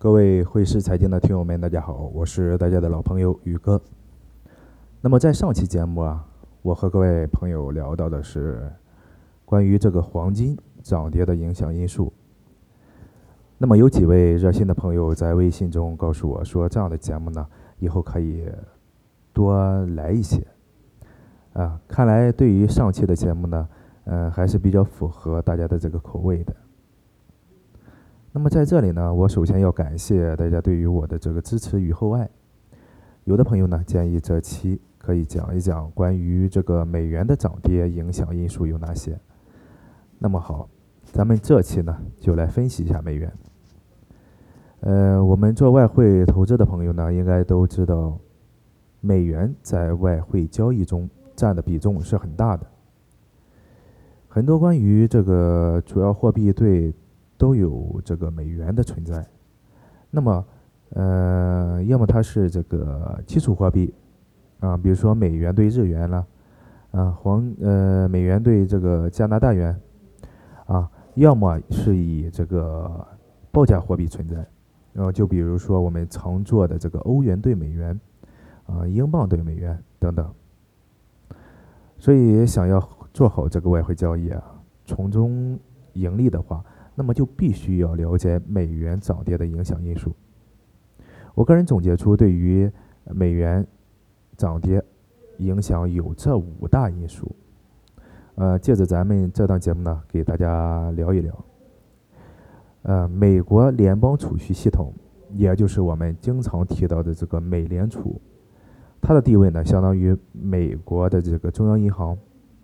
各位汇市财经的听友们，大家好，我是大家的老朋友宇哥。那么在上期节目我和各位朋友聊到的是关于这个黄金涨跌的影响因素。那么有几位热心的朋友在微信中告诉我说，这样的节目呢，以后可以多来一些。看来对于上期的节目呢，还是比较符合大家的这个口味的。那么在这里呢，我首先要感谢大家对于我的这个支持与厚爱。有的朋友呢建议这期可以讲一讲关于这个美元的涨跌影响因素有哪些。那么好，咱们这期呢就来分析一下美元。我们做外汇投资的朋友呢，应该都知道，美元在外汇交易中占的比重是很大的。很多关于这个主要货币对都有这个美元的存在。那么要么它是这个基础货币比如说美元对日元啦，美元对这个加拿大元要么是以这个报价货币存在，就比如说我们常做的这个欧元对美元英镑对美元等等。所以想要做好这个外汇交易从中盈利的话，那么就必须要了解美元涨跌的影响因素。我个人总结出对于美元涨跌影响有这5大因素。借着咱们这档节目呢，给大家聊一聊。美国联邦储蓄系统，也就是我们经常提到的这个美联储，它的地位呢，相当于美国的这个中央银行。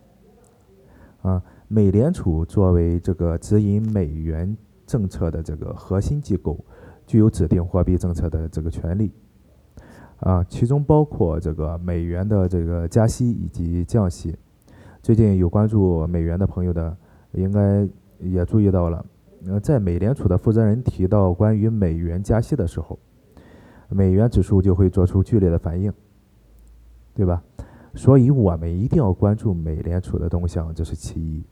美联储作为这个指引美元政策的这个核心机构，具有制定货币政策的这个权利。其中包括这个美元的这个加息以及降息。最近有关注美元的朋友的，应该也注意到了，在美联储的负责人提到关于美元加息的时候，美元指数就会做出剧烈的反应，对吧？所以我们一定要关注美联储的动向，这是其一。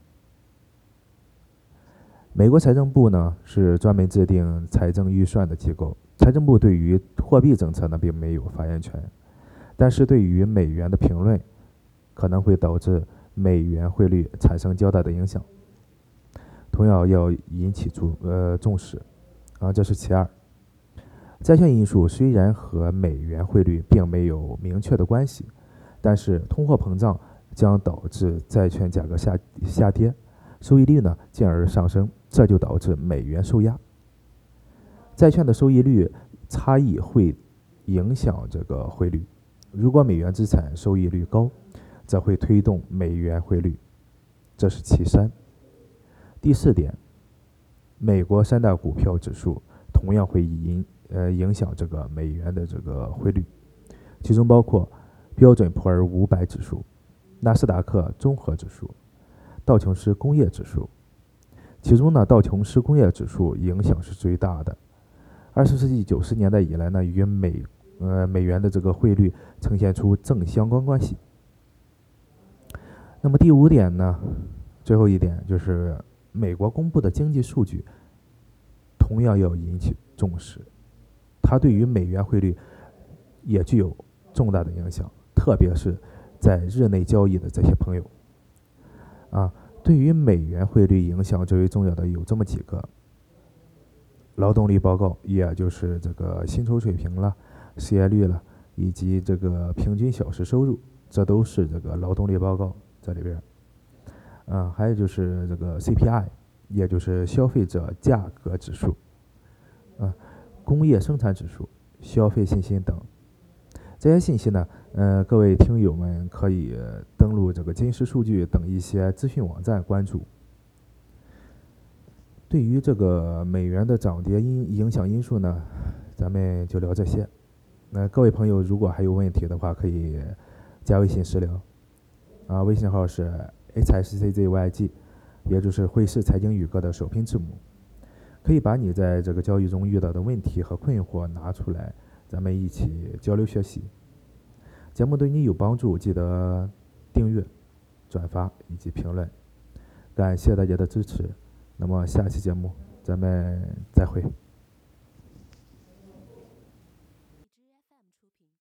美国财政部呢是专门制定财政预算的机构，财政部对于货币政策呢并没有发言权，但是对于美元的评论可能会导致美元汇率产生较大的影响，同样要引起重视这是其二。债券因素虽然和美元汇率并没有明确的关系，但是通货膨胀将导致债券价格下跌，收益率呢进而上升，这就导致美元受压。债券的收益率差异会影响这个汇率，如果美元资产收益率高，则会推动美元汇率，这是其三。第4点，美国3大股票指数同样会影响这个美元的这个汇率，其中包括标准普尔500指数、纳斯达克综合指数、道琼斯工业指数。其中呢，道琼斯工业指数影响是最大的。20世纪90年代以来呢，与美元的这个汇率呈现出正相关关系。那么第5点呢，最后一点就是美国公布的经济数据同样要引起重视，它对于美元汇率也具有重大的影响，特别是在日内交易的这些朋友对于美元汇率影响最为重要的有这么几个：劳动力报告，也就是这个薪酬水平了、失业率了，以及这个平均小时收入，这都是这个劳动力报告这里边。还有就是这个 CPI， 也就是消费者价格指数，工业生产指数、消费信心等。这些信息呢，各位听友们可以登录这个金石数据等一些资讯网站关注。对于这个美元的涨跌影响因素呢，咱们就聊这些。各位朋友如果还有问题的话，可以加微信私聊微信号是 HSCZYG， 也就是汇市财经宇哥的首拼字母。可以把你在这个交易中遇到的问题和困惑拿出来，咱们一起交流学习。节目对你有帮助，记得订阅、转发以及评论。感谢大家的支持。那么下期节目咱们再会。